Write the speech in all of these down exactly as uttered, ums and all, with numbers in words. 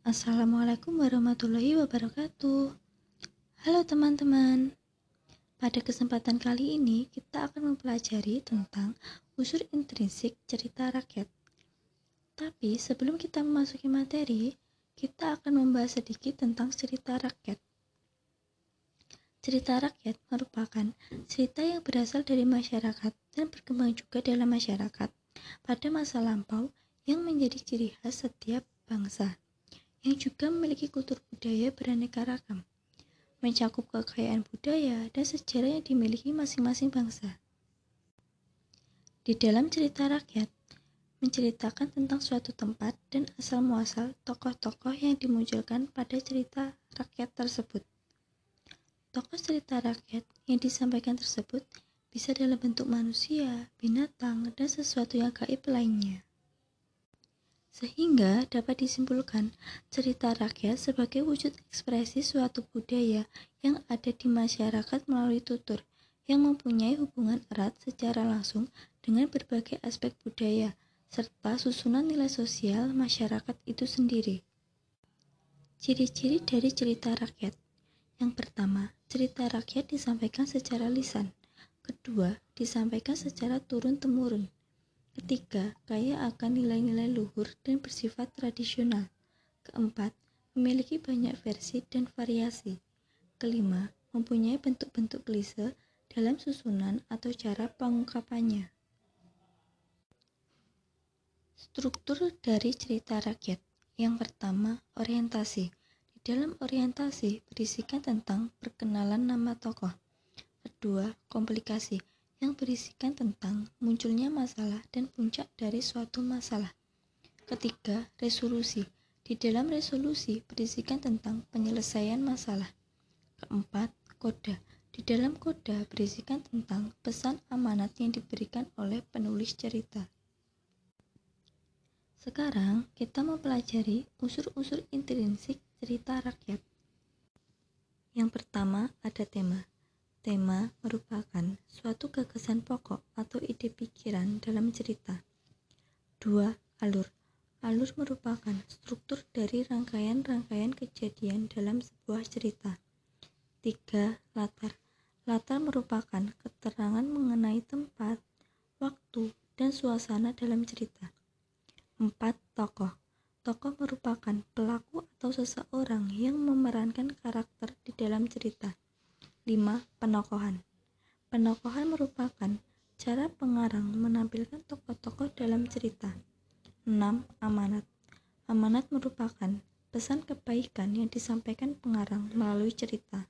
Assalamualaikum warahmatullahi wabarakatuh. Halo teman-teman, pada kesempatan kali ini kita akan mempelajari tentang unsur intrinsik cerita rakyat. Tapi sebelum kita memasuki materi, kita akan membahas sedikit tentang cerita rakyat. Cerita rakyat merupakan cerita yang berasal dari masyarakat dan berkembang juga dalam masyarakat pada masa lampau yang menjadi ciri khas setiap bangsa, yang juga memiliki kultur budaya beraneka ragam, mencakup kekayaan budaya dan sejarah yang dimiliki masing-masing bangsa. Di dalam cerita rakyat, menceritakan tentang suatu tempat dan asal-muasal tokoh-tokoh yang dimunculkan pada cerita rakyat tersebut. Tokoh cerita rakyat yang disampaikan tersebut bisa dalam bentuk manusia, binatang, dan sesuatu yang gaib lainnya. Sehingga dapat disimpulkan cerita rakyat sebagai wujud ekspresi suatu budaya yang ada di masyarakat melalui tutur yang mempunyai hubungan erat secara langsung dengan berbagai aspek budaya serta susunan nilai sosial masyarakat itu sendiri. Ciri-ciri dari cerita rakyat. Yang pertama, cerita rakyat disampaikan secara lisan. Kedua, disampaikan secara turun-temurun. Ketiga, kaya akan nilai-nilai luhur dan bersifat tradisional. Keempat, memiliki banyak versi dan variasi. Kelima, mempunyai bentuk-bentuk klise dalam susunan atau cara pengungkapannya. Struktur dari cerita rakyat. Yang pertama, orientasi. Di dalam orientasi berisikan tentang perkenalan nama tokoh. Kedua, komplikasi, yang berisikan tentang munculnya masalah dan puncak dari suatu masalah. Ketiga, resolusi. Di dalam resolusi berisikan tentang penyelesaian masalah. Keempat, koda. Di dalam koda berisikan tentang pesan amanat yang diberikan oleh penulis cerita. Sekarang kita mempelajari unsur-unsur intrinsik cerita rakyat. Yang pertama ada tema. Tema merupakan suatu gagasan pokok atau ide pikiran dalam cerita. Dua, alur. Alur merupakan struktur dari rangkaian-rangkaian kejadian dalam sebuah cerita. Tiga, latar. Latar merupakan keterangan mengenai tempat, waktu, dan suasana dalam cerita. Empat, tokoh. Tokoh merupakan pelaku atau seseorang yang memerankan karakter di dalam cerita. Lima, penokohan. Penokohan merupakan cara pengarang menampilkan tokoh-tokoh dalam cerita. Enam, amanat. Amanat merupakan pesan kebaikan yang disampaikan pengarang melalui cerita.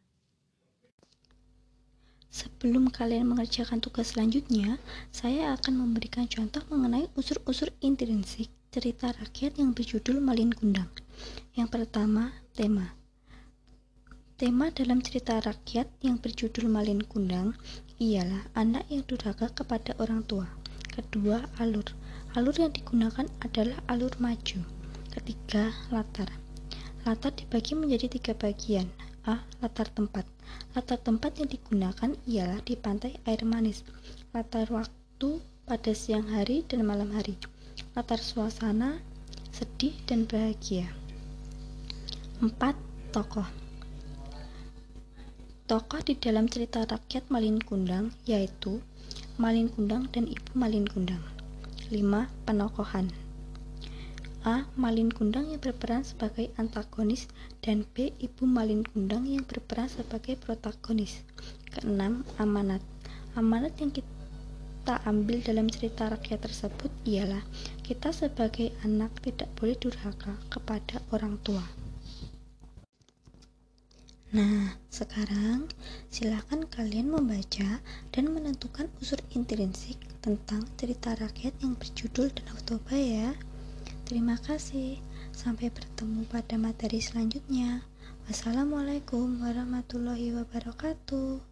Sebelum kalian mengerjakan tugas selanjutnya, saya akan memberikan contoh mengenai unsur-unsur intrinsik cerita rakyat yang berjudul Malin Kundang. Yang pertama, tema. Tema dalam cerita rakyat yang berjudul Malin Kundang ialah anak yang durhaka kepada orang tua. Kedua, alur. Alur yang digunakan adalah alur maju. Ketiga, latar. Latar dibagi menjadi tiga bagian. A. Latar tempat. Latar tempat yang digunakan ialah di pantai air manis. Latar waktu pada siang hari dan malam hari. Latar suasana sedih dan bahagia. Empat. Tokoh. Tokoh di dalam cerita rakyat Malin Kundang yaitu Malin Kundang dan Ibu Malin Kundang. Lima. Penokohan. A. Malin Kundang yang berperan sebagai antagonis dan B. Ibu Malin Kundang yang berperan sebagai protagonis. Keenam. Amanat. Amanat yang kita ambil dalam cerita rakyat tersebut ialah kita sebagai anak tidak boleh durhaka kepada orang tua. Nah, sekarang silakan kalian membaca dan menentukan unsur intrinsik tentang cerita rakyat yang berjudul Danau Toba ya. Terima kasih. Sampai bertemu pada materi selanjutnya. Wassalamualaikum warahmatullahi wabarakatuh.